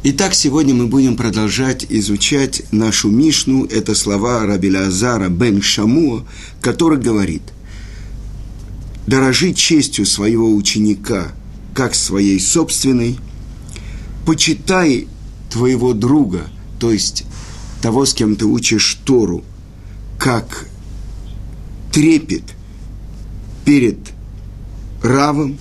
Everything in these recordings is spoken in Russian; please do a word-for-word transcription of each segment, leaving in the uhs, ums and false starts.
Итак, сегодня мы будем продолжать изучать нашу Мишну. Это слова раби Элеазара бен Шамуа, который говорит: «Дорожи честью своего ученика, как своей собственной, почитай твоего друга, то есть того, с кем ты учишь Тору, как трепет перед равом,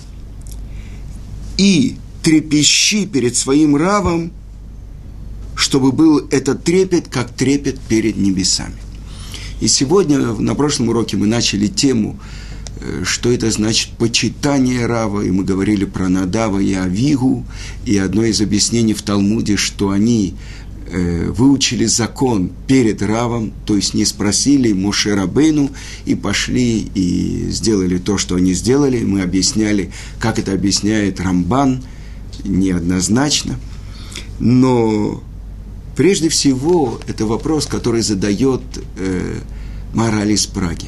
и трепещи перед своим равом, чтобы был этот трепет, как трепет перед небесами». И сегодня, на прошлом уроке, мы начали тему, что это значит почитание рава, и мы говорили про Надава и Авигу, и одно из объяснений в Талмуде, что они э, выучили закон перед равом, то есть не спросили Моше Рабейну и пошли и сделали то, что они сделали. Мы объясняли, как это объясняет Рамбан, неоднозначно, но прежде всего это вопрос, который задает э, Маораль из Праги.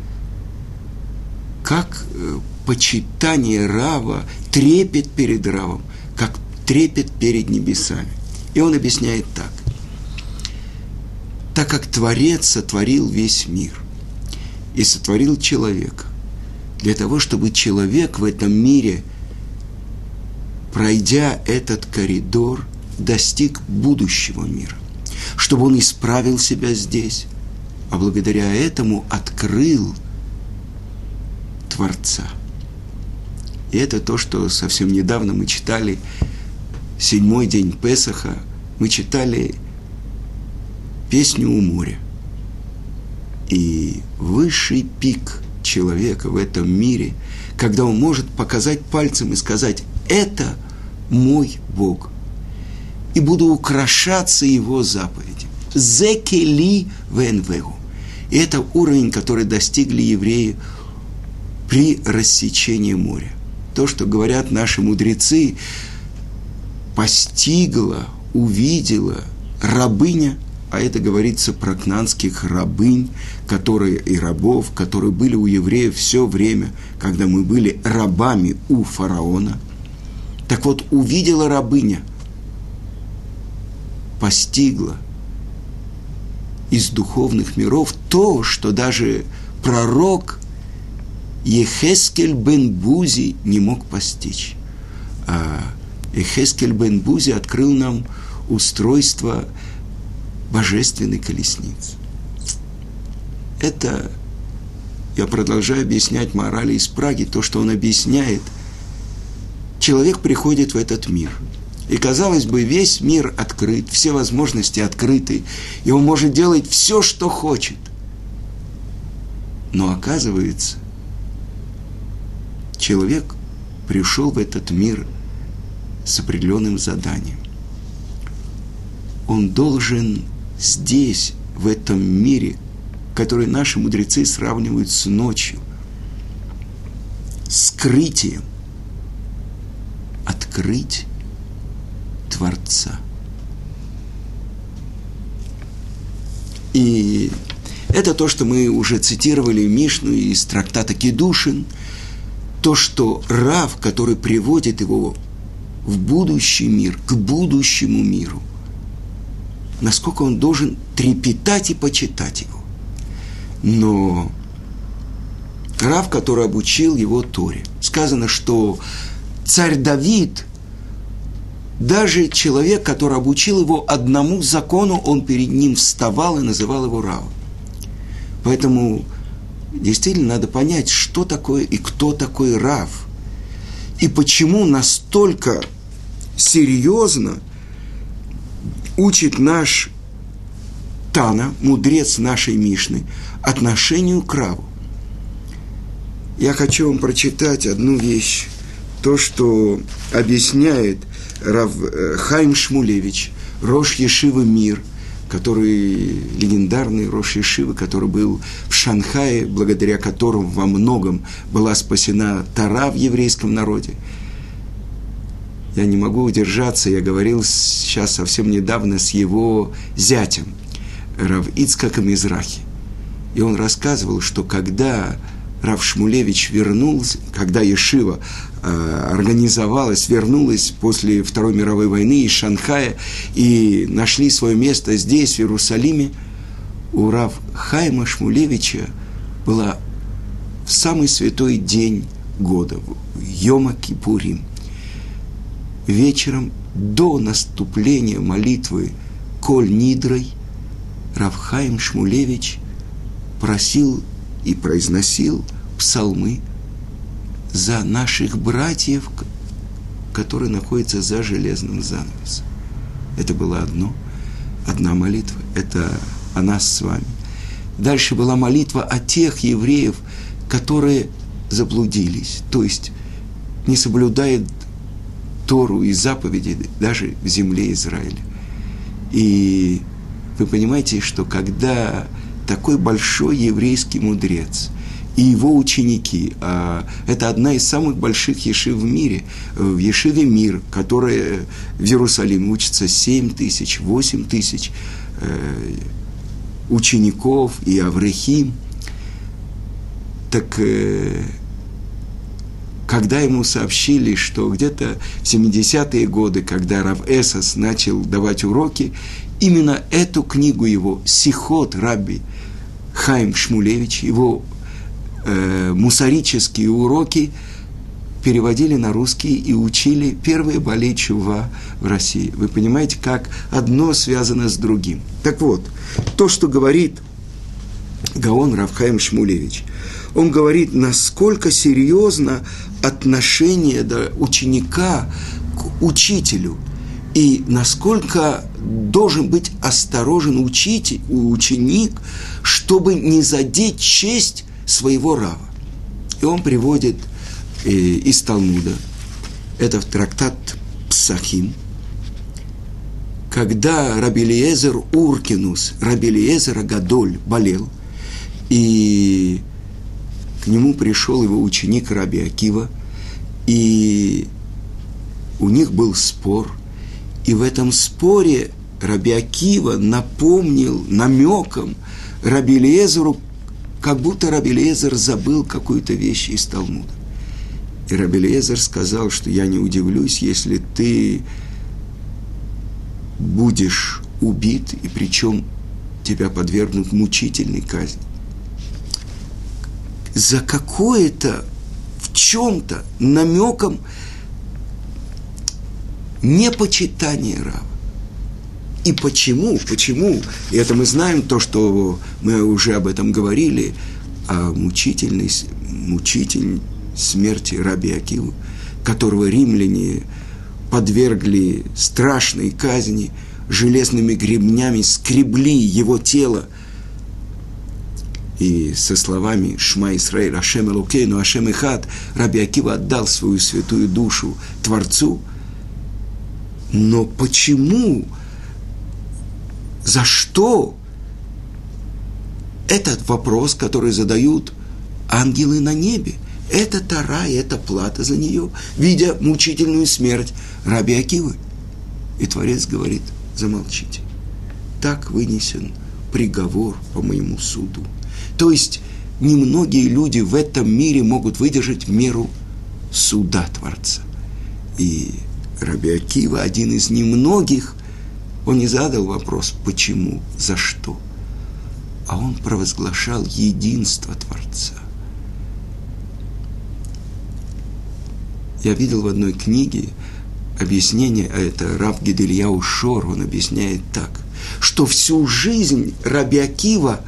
Как э, почитание рава, трепет перед равом, как трепет перед небесами. И он объясняет так. Так как Творец сотворил весь мир и сотворил человека, для того, чтобы человек в этом мире, пройдя этот коридор, достиг будущего мира, чтобы он исправил себя здесь, а благодаря этому открыл Творца. И это то, что совсем недавно мы читали, седьмой день Песаха, мы читали песню у моря. И высший пик человека в этом мире, когда он может показать пальцем и сказать: «Это мой Бог, и буду украшаться Его заповедями». «Зекели венвегу». И это уровень, который достигли евреи при рассечении моря. То, что говорят наши мудрецы, постигла, увидела рабыня, а это говорится про кнаанских рабынь, которые и рабов, которые были у евреев все время, когда мы были рабами у фараона. Так вот, увидела рабыня, постигла из духовных миров то, что даже пророк Ехескель бен Бузи не мог постичь. А Ехескель бен Бузи открыл нам устройство божественной колесницы. Это, я продолжаю объяснять Маорали из Праги, то, что он объясняет. Человек приходит в этот мир, и, казалось бы, весь мир открыт, все возможности открыты, и он может делать все, что хочет. Но оказывается, человек пришел в этот мир с определенным заданием. Он должен здесь, в этом мире, который наши мудрецы сравнивают с ночью, скрытием, открыть Творца. И это то, что мы уже цитировали Мишну из трактата Кедушин, то, что рав, который приводит его в будущий мир, к будущему миру, насколько он должен трепетать и почитать его. Но рав, который обучил его Торе, сказано, что царь Давид, даже человек, который обучил его одному закону, он перед ним вставал и называл его равом. Поэтому действительно надо понять, что такое и кто такой рав, и почему настолько серьезно учит наш Тана, мудрец нашей Мишны, отношению к раву. Я хочу вам прочитать одну вещь, то, что объясняет Рав Хаим Шмулевич, рош Ешивы Мир, который, легендарный рош Ешивы, который был в Шанхае, благодаря которому во многом была спасена Тора в еврейском народе. Я не могу удержаться, я говорил сейчас совсем недавно с его зятем, Рав Ицхаком Мизрахи. И он рассказывал, что когда Рав Шмулевич вернулся, когда Ешива э, организовалась, вернулась после Второй мировой войны из Шанхая и нашли свое место здесь, в Иерусалиме, у Рав Хаима Шмулевича была в самый святой день года, Йома Кипурим. Вечером до наступления молитвы Коль Нидрой Рав Хаим Шмулевич просил и произносил псалмы за наших братьев, которые находятся за железным занавесом. Это было одно, одна молитва, это о нас с вами. Дальше была молитва о тех евреев, которые заблудились, то есть не соблюдают Тору и заповеди даже в земле Израиля. И вы понимаете, что когда такой большой еврейский мудрец и его ученики, а это одна из самых больших ешив в мире, в Ешиве Мир, которая в Иерусалиме учится семь тысяч, восемь тысяч э, учеников и аврехим, так э, когда ему сообщили, что где-то в семидесятые годы, когда Рав Эсос начал давать уроки, именно эту книгу его, Сихот Рабби Хаим Шмулевич, его э, мусарические уроки переводили на русский и учили первые Балей Тшува в России. Вы понимаете, как одно связано с другим. Так вот, то, что говорит Гаон Рав Хаим Шмулевич, он говорит, насколько серьезно отношение да, ученика к учителю, и насколько должен быть осторожен учитель, ученик, чтобы не задеть честь своего рава. И он приводит э, из Талмуда, это в трактат Псахим, когда Раби Элиезер Уркинус, Раби Элиезер Агадоль болел, и к нему пришел его ученик Раби Акива, и у них был спор, и в этом споре Раби Акива напомнил намеком Раби Элиезеру, как будто Раби Элиезер забыл какую-то вещь из Талмуда. И Раби Элиезер сказал, что я не удивлюсь, если ты будешь убит, и причем тебя подвергнут мучительной казни. За какое-то, в чем-то, намеком непочитание рава. И почему? Почему? И это мы знаем, то, что мы уже об этом говорили, о мучительной, мучительной смерти Раби Акивы, которого римляне подвергли страшной казни, железными гребнями скребли его тело, и со словами «Шма Исраэль, Ашем Элокейну, Ашем Эхад» Раби Акива отдал свою святую душу Творцу. Но почему, за что? Этот вопрос, который задают ангелы на небе. Это тара, и это плата за нее, видя мучительную смерть Раби Акивы. И Творец говорит: замолчите. Так вынесен приговор по моему суду. То есть немногие люди в этом мире могут выдержать меру суда Творца. И Раби Акива, один из немногих, он не задал вопрос, почему, за что, а он провозглашал единство Творца. Я видел в одной книге объяснение, а это Рав Гедельяу Шор, он объясняет так, что всю жизнь Раби Акива,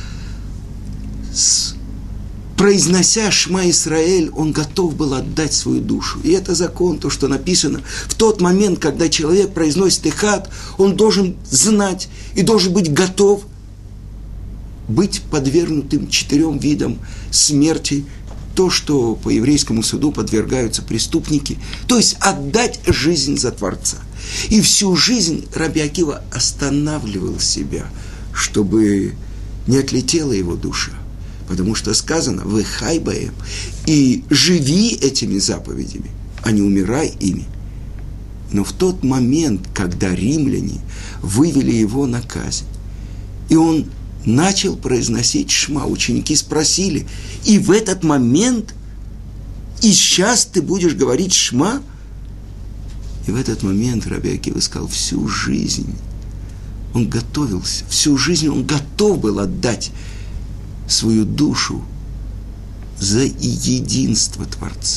произнося Шма Исраэль, он готов был отдать свою душу. И это закон, то, что написано. В тот момент, когда человек произносит Эхад, он должен знать и должен быть готов быть подвергнутым четырем видам смерти, то, что по еврейскому суду подвергаются преступники, то есть отдать жизнь за Творца. И всю жизнь Раби Акива останавливал себя, чтобы не отлетела его душа. Потому что сказано «Вехай баэм» и живи этими заповедями, а не умирай ими. Но в тот момент, когда римляне вывели его на казнь, и он начал произносить шма. Ученики спросили, и в этот момент, и сейчас ты будешь говорить шма? И в этот момент Раби Акива сказал, всю жизнь он готовился, всю жизнь он готов был отдать свою душу за единство Творца.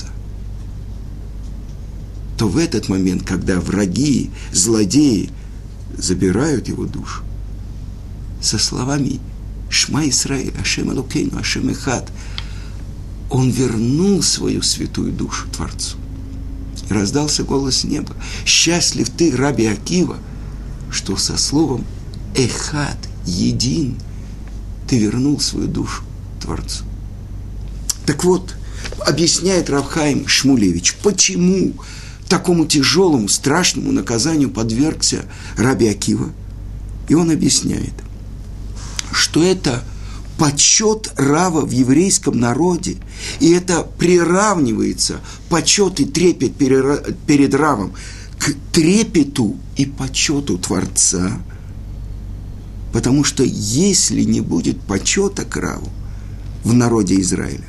То в этот момент, когда враги, злодеи забирают его душу, со словами «Шма Исраэль, Ашем Элокейну, Ашем Эхад», он вернул свою святую душу Творцу. И раздался голос неба: «Счастлив ты, Раби Акива, что со словом «Эхад», «един», ты вернул свою душу Творцу». Так вот, объясняет Рав Хаим Шмулевич, почему такому тяжелому, страшному наказанию подвергся Раби Акива. И он объясняет, что это почет Рава в еврейском народе, и это приравнивается, почет и трепет перед Равом, к трепету и почету Творца. Потому что если не будет почета к Раву в народе Израиля,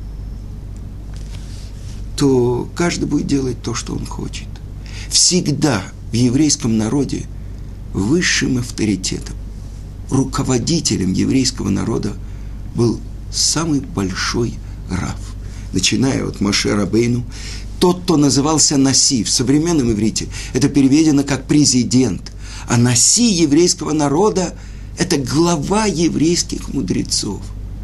то каждый будет делать то, что он хочет. Всегда в еврейском народе высшим авторитетом, руководителем еврейского народа был самый большой Рав. Начиная от Моше Рабейну, тот, кто назывался Наси, в современном иврите это переведено как президент, а Наси еврейского народа – это глава еврейских мудрецов.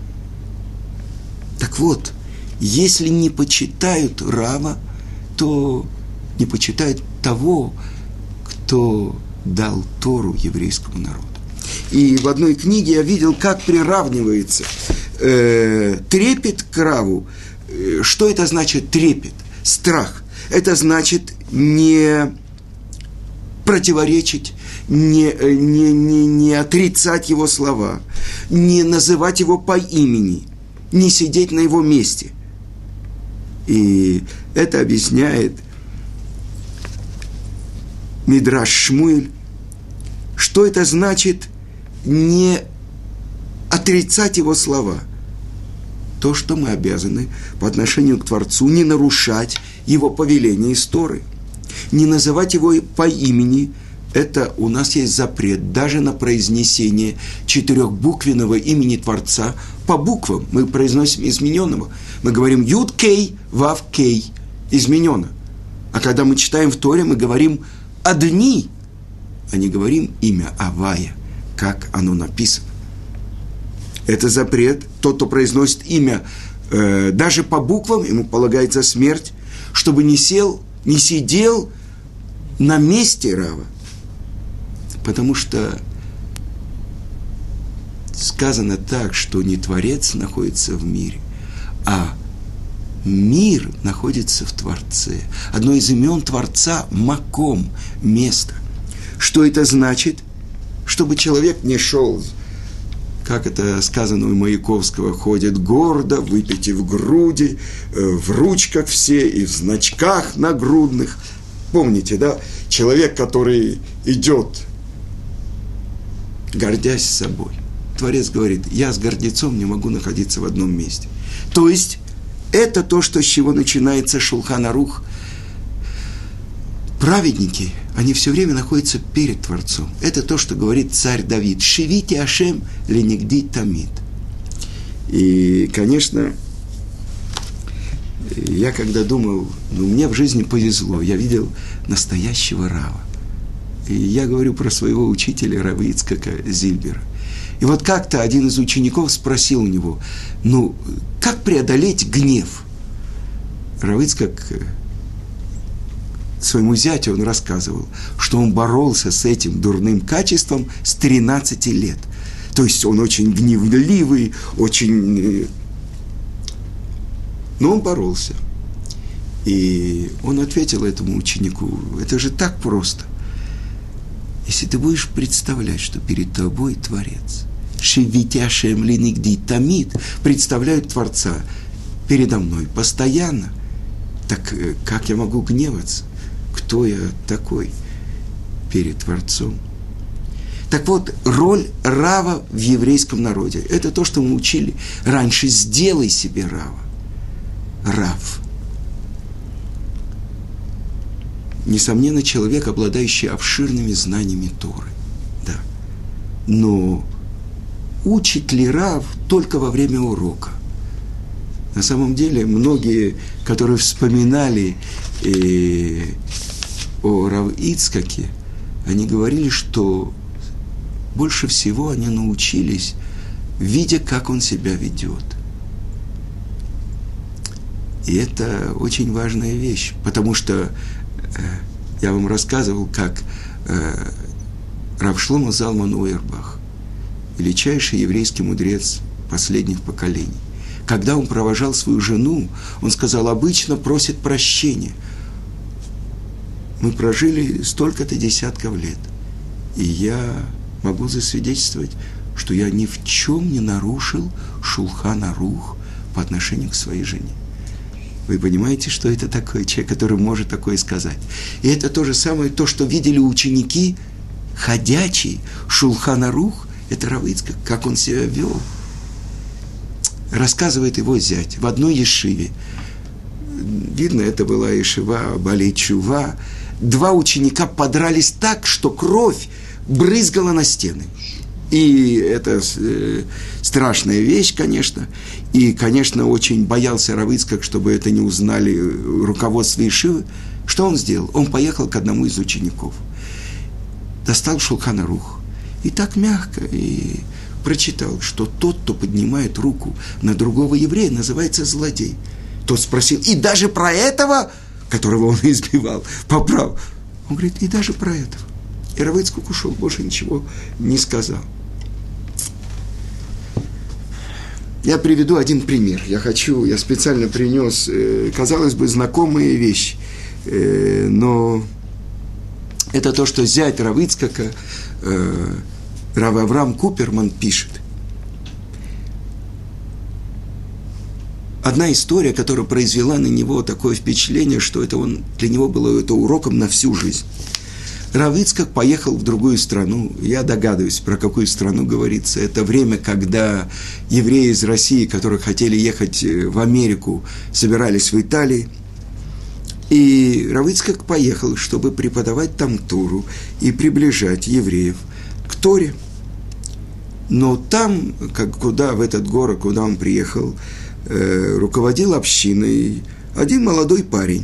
Так вот, если не почитают Рава, то не почитают того, кто дал Тору еврейскому народу. И в одной книге я видел, как приравнивается э, трепет к Раву. Что это значит трепет? Страх. Это значит не противоречить, не, не, не, не отрицать его слова, не называть его по имени, не сидеть на его месте. И это объясняет Мидраш Шмуэль, что это значит не отрицать его слова. То, что мы обязаны по отношению к Творцу не нарушать его повеления из Торы, не называть его по имени. Это у нас есть запрет даже на произнесение четырехбуквенного имени Творца по буквам. Мы произносим измененного. Мы говорим Юд Кей, Вав Кей, измененно. А когда мы читаем в Торе, мы говорим Адни, а не говорим имя Авая, как оно написано. Это запрет. Тот, кто произносит имя э, даже по буквам, ему полагается смерть, чтобы не сел, не сидел на месте Рава. Потому что сказано так, что не Творец находится в мире, а мир находится в Творце. Одно из имен Творца – Маком, место. Что это значит? Чтобы человек не шел, как это сказано у Маяковского, ходит гордо, выпитив груди, в ручках все и в значках нагрудных. Помните, да? Человек, который идет, гордясь собой. Творец говорит: я с гордецом не могу находиться в одном месте. То есть, это то, что, с чего начинается Шулхан Арух. Праведники, они все время находятся перед Творцом. Это то, что говорит царь Давид. «Шивите Ашем ленигди тамид». И, конечно, я когда думал, ну, мне в жизни повезло, я видел настоящего Рава. И я говорю про своего учителя Рава Ицхака Зильбера. И вот как-то один из учеников спросил у него: ну, как преодолеть гнев? Рав Ицхак своему зятю он рассказывал, что он боролся с этим дурным качеством с тринадцати лет. То есть он очень гневливый, очень... Но он боролся. И он ответил этому ученику: это же так просто. Если ты будешь представлять, что перед тобой Творец, «Шивите Ашем ленигди тамид», представляют Творца передо мной постоянно, так как я могу гневаться? Кто я такой перед Творцом? Так вот, роль рава в еврейском народе – это то, что мы учили раньше. Сделай себе рава. Рав. Несомненно, человек, обладающий обширными знаниями Торы. Да. Но учит ли рав только во время урока? На самом деле, многие, которые вспоминали э, о рав Ицхаке, они говорили, что больше всего они научились, видя, как он себя ведет. И это очень важная вещь, потому что э, я вам рассказывал, как э, рав Шломо Залман Ойербах, величайший еврейский мудрец последних поколений, когда он провожал свою жену, он сказал, обычно просит прощения. Мы прожили столько-то десятков лет, и я могу засвидетельствовать, что я ни в чем не нарушил Шулхан Арух по отношению к своей жене. Вы понимаете, что это такое человек, который может такое сказать? И это то же самое, то, что видели ученики, ходячий Шулхан Арух, это рав Ицхак, как он себя вел. Рассказывает его зять в одной ешиве. Видно, это была ешива Балей Чува. Два ученика подрались так, что кровь брызгала на стены. И это э, страшная вещь, конечно. И, конечно, очень боялся рав Ицхак, чтобы это не узнали руководство ешивы. Что он сделал? Он поехал к одному из учеников. Достал Шулхан Арух. И так мягко, и прочитал, что тот, кто поднимает руку на другого еврея, называется злодей. Тот спросил, и даже про этого, которого он избивал, поправ. Он говорит, и даже про этого. И рав Ицхак ушел, больше ничего не сказал. Я приведу один пример. Я хочу, я специально принес, э, казалось бы, знакомые вещи. Э, но это то, что зять рав Ицхака, э, рав Авраам Куперман пишет. Одна история, которая произвела на него такое впечатление, что это он, для него было это уроком на всю жизнь. Рав Ицхак поехал в другую страну. Я догадываюсь, про какую страну говорится. Это время, когда евреи из России, которые хотели ехать в Америку, собирались в Италии. И рав Ицхак поехал, чтобы преподавать там Тору и приближать евреев к Торе. Но там, как, куда, в этот город, куда он приехал, э, руководил общиной один молодой парень,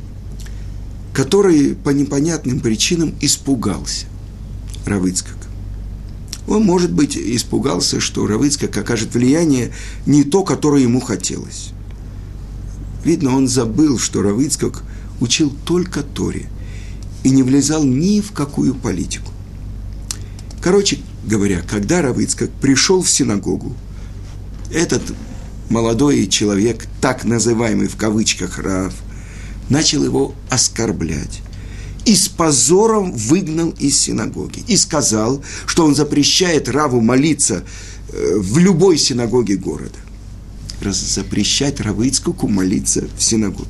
который по непонятным причинам испугался рав Ицхака. Он, может быть, испугался, что рав Ицхак окажет влияние не то, которое ему хотелось. Видно, он забыл, что рав Ицхак учил только Торе и не влезал ни в какую политику. Короче говоря, когда рав Ицхак пришел в синагогу, этот молодой человек, так называемый в кавычках рав, начал его оскорблять и с позором выгнал из синагоги и сказал, что он запрещает раву молиться в любой синагоге города. Раз запрещать раву Ицхаку молиться в синагоге.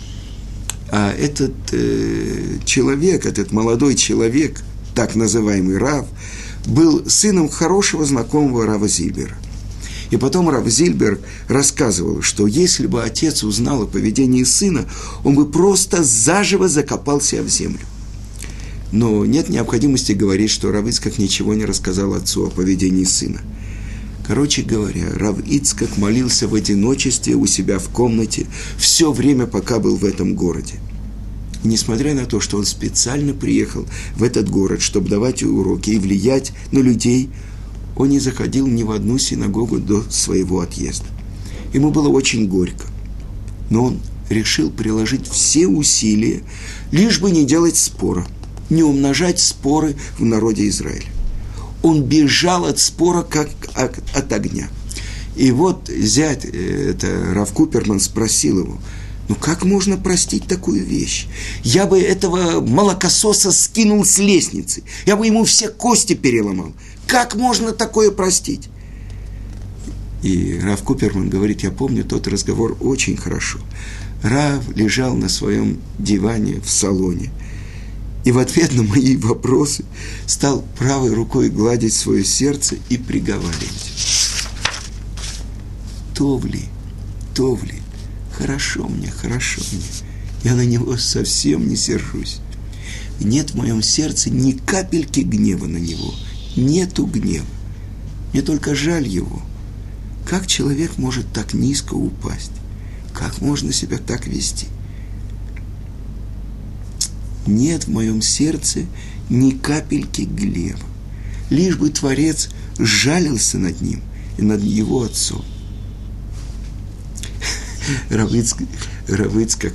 А этот э, человек, этот молодой человек, так называемый рав, был сыном хорошего знакомого рава Зильбера. И потом рав Зильбер рассказывал, что если бы отец узнал о поведении сына, он бы просто заживо закопал себя в землю. Но нет необходимости говорить, что рав Ицхак ничего не рассказал отцу о поведении сына. Короче говоря, рав Ицхак молился в одиночестве у себя в комнате все время, пока был в этом городе. И несмотря на то, что он специально приехал в этот город, чтобы давать уроки и влиять на людей, он не заходил ни в одну синагогу до своего отъезда. Ему было очень горько. Но он решил приложить все усилия, лишь бы не делать спора, не умножать споры в народе Израиля. Он бежал от спора, как от, от огня. И вот зять, это рав Куперман, спросил его, ну как можно простить такую вещь? Я бы этого молокососа скинул с лестницы, я бы ему все кости переломал. Как можно такое простить? И рав Куперман говорит, я помню тот разговор очень хорошо. Рав лежал на своем диване в салоне, И в ответ на мои вопросы стал правой рукой гладить свое сердце и приговаривать. Товли, Товли, хорошо мне, хорошо мне. Я на него совсем не сержусь. Нет в моем сердце ни капельки гнева на него. Нету гнева. Мне только жаль его. Как человек может так низко упасть? Как можно себя так вести? Нет в моем сердце ни капельки гнева. Лишь бы Творец жалился над ним и над его отцом. Рав Ицхак, Рав Ицхак.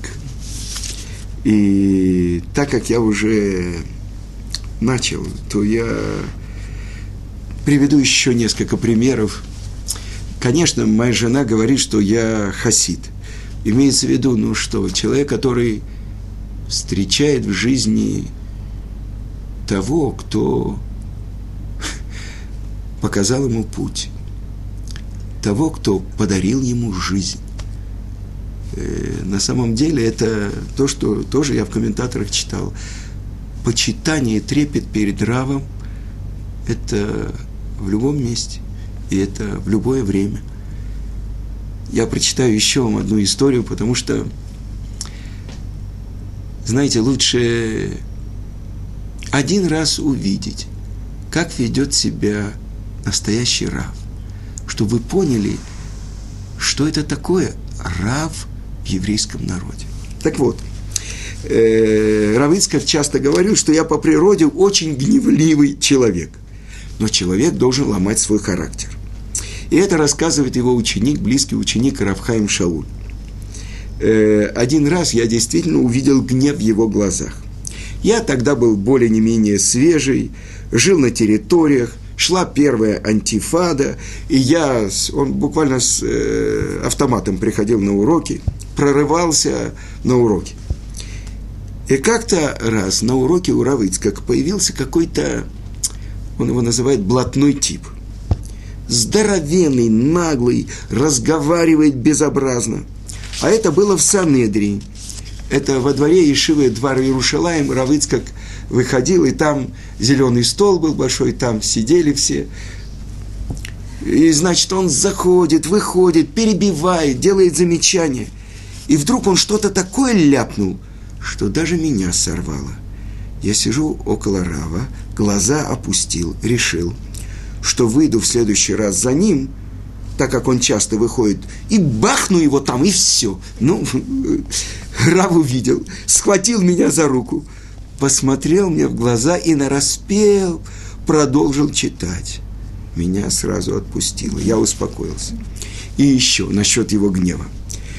И так как я уже начал, то я приведу еще несколько примеров. Конечно, моя жена говорит, что я хасид. Имеется в виду, ну что, человек, который встречает в жизни того, кто показал ему путь, того, кто подарил ему жизнь. На самом деле это то, что тоже я в комментаторах читал. Почитание и трепет перед Равом – это в любом месте, и это в любое время. Я прочитаю еще вам одну историю, потому что, знаете, лучше один раз увидеть, как ведет себя настоящий Рав, чтобы вы поняли, что это такое Рав в еврейском народе. Так вот, э, Рав Ицхак часто говорил, что я по природе очень гневливый человек, но человек должен ломать свой характер. И это рассказывает его ученик, близкий ученик Рав Хаим Шауль. Э, один раз я действительно увидел гнев в его глазах. Я тогда был более не менее свежий, жил на территориях, шла первая антифада, и я, он буквально с э, автоматом приходил на уроки, прорывался на уроки. И как-то раз на уроке у Рава Ицхака появился какой-то, он его называет блатной тип. Здоровенный, наглый, разговаривает безобразно. А это было в Санедре. Это во дворе Ешивы Двар Иерушалаим. Рав Ицхак выходил, и там зеленый стол был большой, там сидели все. И, значит, он заходит, выходит, перебивает, делает замечания. И вдруг он что-то такое ляпнул, что даже меня сорвало. Я сижу около Рава, глаза опустил, решил, что выйду в следующий раз за ним, так как он часто выходит, и бахну его там, и все. Ну, Рав увидел, схватил меня за руку, посмотрел мне в глаза и нараспев продолжил читать. Меня сразу отпустило, я успокоился. И еще насчет его гнева.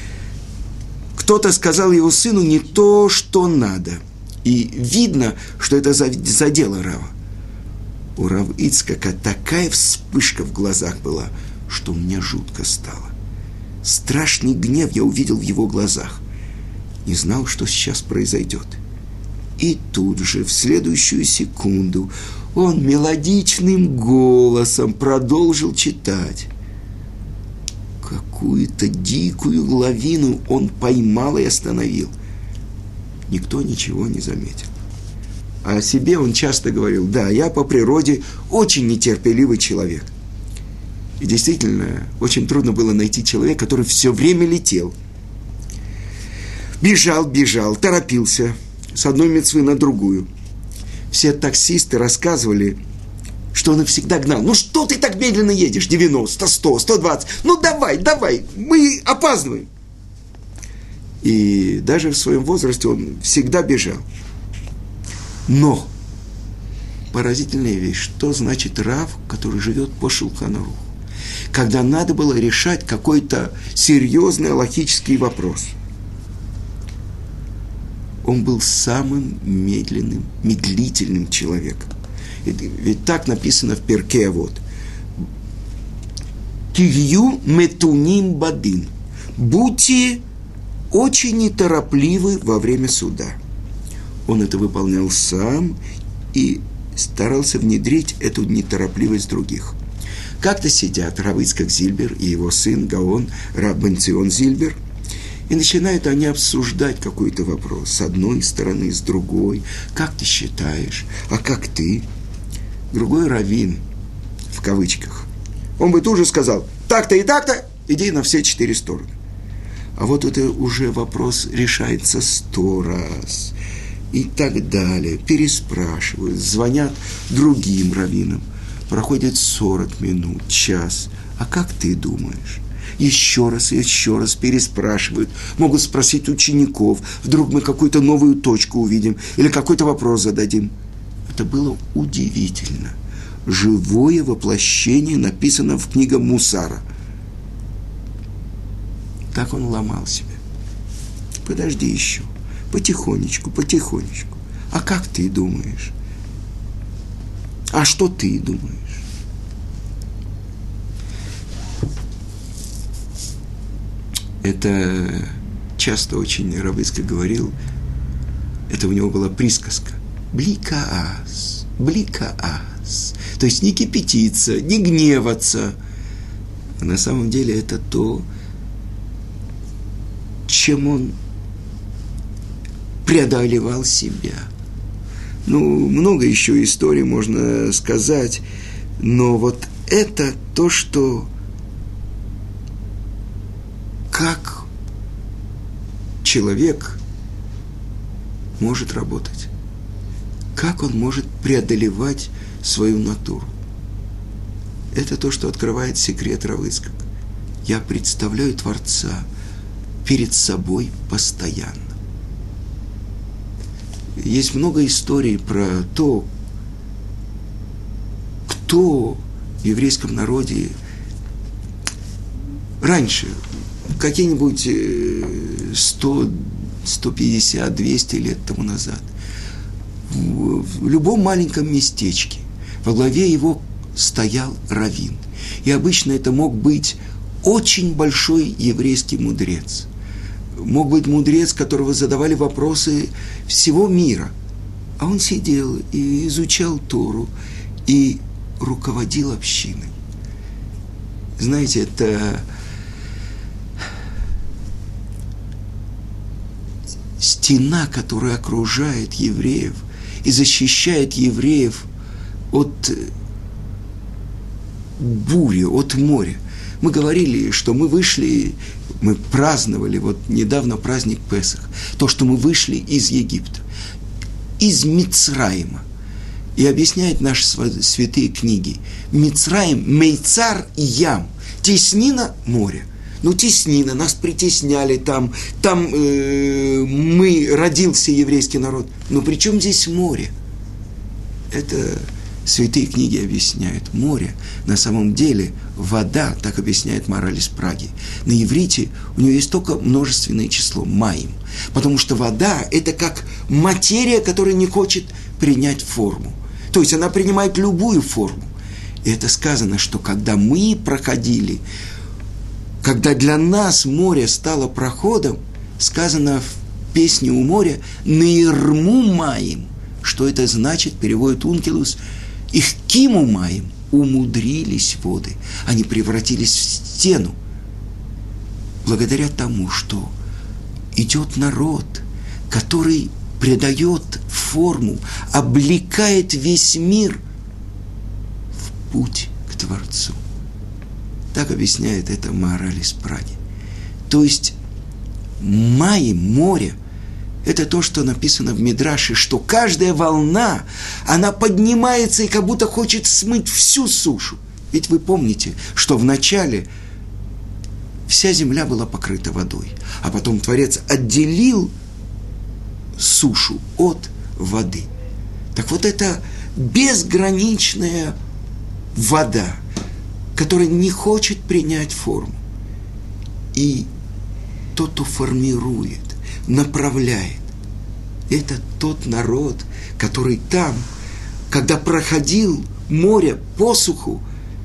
Кто-то сказал его сыну не то, что надо. И видно, что это задело Рава. У Рав Ицхака такая вспышка в глазах была, что мне жутко стало. Страшный гнев я увидел в его глазах. Не знал, что сейчас произойдет. И тут же, в следующую секунду, он мелодичным голосом продолжил читать. Какую-то дикую лавину он поймал и остановил. Никто ничего не заметил. А о себе он часто говорил: да, я по природе очень нетерпеливый человек. И действительно, очень трудно было найти человека, который все время летел. Бежал, бежал, торопился с одной мицвы на другую. Все таксисты рассказывали, что он их всегда гнал. Ну что ты так медленно едешь? девяносто, сто, сто двадцать. Ну давай, давай, мы опаздываем. И даже в своем возрасте он всегда бежал. Но поразительная вещь, что значит Рав, который живет по Шулхан Аруху. Когда надо было решать какой-то серьезный алахический вопрос, он был самым медленным, медлительным человеком. Ведь так написано в Перкей Авот. Тигью метуним бадин. Будьте очень неторопливы во время суда. Он это выполнял сам и старался внедрить эту неторопливость других. Как-то сидят Рав Ицхак Зильбер и его сын Гаон Рав Бен Цион Зильбер, И начинают они обсуждать какой-то вопрос с одной стороны, с другой. Как ты считаешь? А как ты? Другой раввин, в кавычках, он бы тут же сказал, так-то и так-то, иди на все четыре стороны. А вот это уже вопрос решается сто раз. И так далее. Переспрашивают, звонят другим раввинам. Проходит сорок минут, час. А как ты думаешь? Еще раз и еще раз переспрашивают. Могут спросить учеников. Вдруг мы какую-то новую точку увидим. Или какой-то вопрос зададим. Это было удивительно. Живое воплощение написано в книге Мусара. Так он ломал себя. Подожди еще. Потихонечку, потихонечку. А как ты думаешь? А что ты думаешь? Это часто очень Рав-Ицхак говорил, это у него была присказка. Бликаас, бликаас. То есть не кипятиться, не гневаться. А на самом деле это то, чем он преодолевал себя. Ну, много еще историй можно сказать, но вот это то, что как человек может работать, как он может преодолевать свою натуру. Это то, что открывает секрет Рав-Ицхак. Я представляю Творца перед собой постоянно. Есть много историй про то, кто в еврейском народе раньше, какие-нибудь сто, сто пятьдесят, двести лет тому назад, в, в любом маленьком местечке во главе его стоял раввин. И обычно это мог быть очень большой еврейский мудрец. Мог быть мудрец, которого задавали вопросы всего мира. А он сидел и изучал Тору, и руководил общиной. Знаете, это стена, которая окружает евреев и защищает евреев от бури, от моря. Мы говорили, что мы вышли, мы праздновали, вот недавно праздник Песах, то, что мы вышли из Египта, из Мицраима. И объясняет наши святые книги. Мицраим, Мейцар и Ям. Теснина моря. Ну, теснина, нас притесняли там, там э, мы, родился еврейский народ. Но при чем здесь море? Это святые книги объясняют. Море, на самом деле, вода, так объясняет мораль из Праги. На иврите у нее есть только множественное число, маим. Потому что вода – это как материя, которая не хочет принять форму. То есть она принимает любую форму. И это сказано, что когда мы проходили, когда для нас море стало проходом, сказано в песне у моря «Наирму маим». Что это значит, переводит Ункилус, «Их киму маим», умудрились воды. Они превратились в стену. Благодаря тому, что идет народ, который придает форму, облекает весь мир в путь к Творцу. Так объясняет это мораль из Праги. То есть Майи, море, это то, что написано в Мидраше, что каждая волна, она поднимается и как будто хочет смыть всю сушу. Ведь вы помните, что вначале вся земля была покрыта водой, а потом Творец отделил сушу от воды. Так вот это безграничная вода, которая не хочет принять форму. И тот, кто формирует, направляет, это тот народ, который там, когда проходил море, посуху,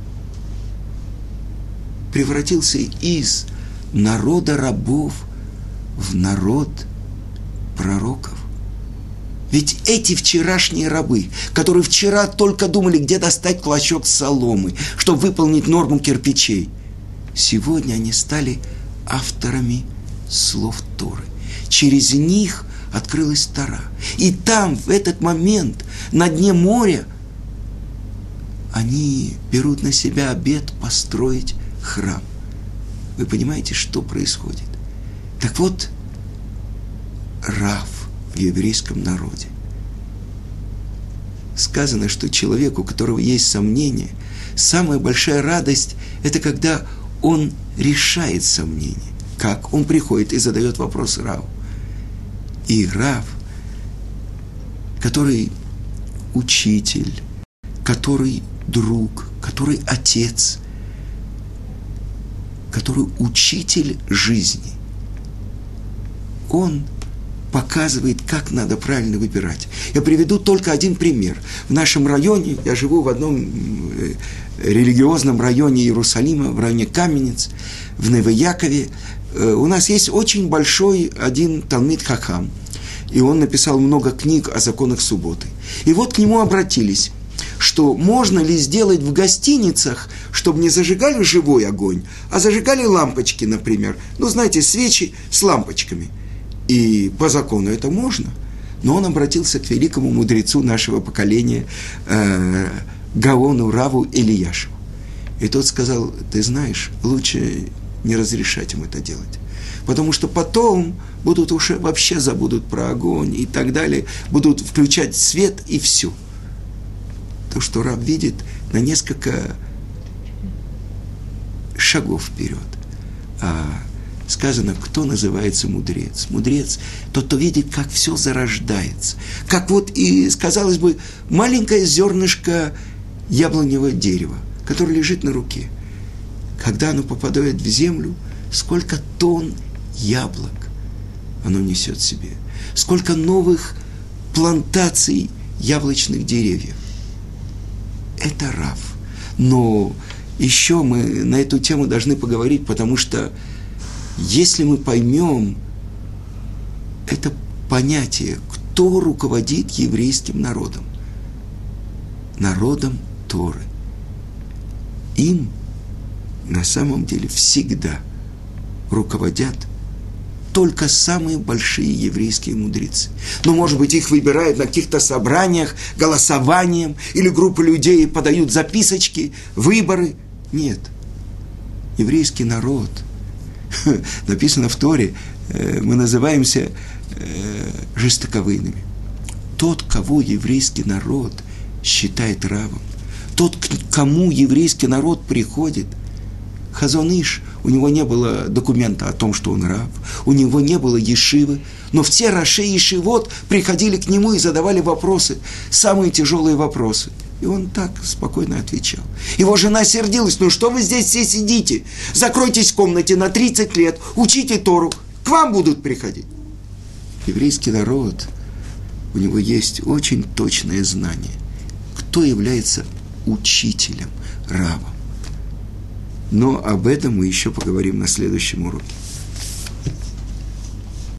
превратился из народа рабов в народ пророков. Ведь эти вчерашние рабы, которые вчера только думали, где достать клочок соломы, чтобы выполнить норму кирпичей, сегодня они стали авторами слов Торы. Через них открылась Тора. И там, в этот момент, на дне моря, они берут на себя обет построить храм. Вы понимаете, что происходит? Так вот, Рав в еврейском народе. Сказано, что человеку, у которого есть сомнения, самая большая радость – это когда он решает сомнения. Как? Он приходит и задает вопрос Раву. И Рав, который учитель, который друг, который отец, который учитель жизни, он показывает, как надо правильно выбирать. Я приведу только один пример. В нашем районе, я живу в одном религиозном районе Иерусалима, в районе Каменец, в Неве-Якове. У нас есть очень большой один Талмид Хахам, и он написал много книг о законах субботы. И вот к нему обратились, что можно ли сделать в гостиницах, чтобы не зажигали живой огонь, а зажигали лампочки, например. Ну, знаете, свечи с лампочками. И по закону это можно. Но он обратился к великому мудрецу нашего поколения, э, Гаону Раву Элияшеву. И тот сказал: ты знаешь, лучше не разрешать им это делать. Потому что потом будут уже вообще забудут про огонь и так далее, будут включать свет и все. То, что Рав видит на несколько шагов вперед. А сказано, кто называется мудрец. Мудрец – тот, кто видит, как все зарождается. Как вот и, казалось бы, маленькое зернышко яблоневого дерева, которое лежит на руке. Когда оно попадает в землю, сколько тонн яблок оно несет в себе. Сколько новых плантаций яблочных деревьев. Это Рав. Но еще мы на эту тему должны поговорить, потому что если мы поймем это понятие, кто руководит еврейским народом, народом Торы, им на самом деле всегда руководят только самые большие еврейские мудрецы. Но, может быть, их выбирают на каких-то собраниях, голосованием, или группы людей подают записочки, выборы. Нет. Еврейский народ, написано в Торе, мы называемся жестоковыйными. Тот, кого еврейский народ считает равом, тот, к кому еврейский народ приходит, Хазон Иш, у него не было документа о том, что он рав, у него не было ешивы, но все раши ешивот приходили к нему и задавали вопросы, самые тяжелые вопросы. И он так спокойно отвечал. Его жена сердилась: ну что вы здесь все сидите? Закройтесь в комнате на тридцать лет, учите Тору, к вам будут приходить. Еврейский народ, у него есть очень точное знание, кто является учителем, равом. Но об этом мы еще поговорим на следующем уроке.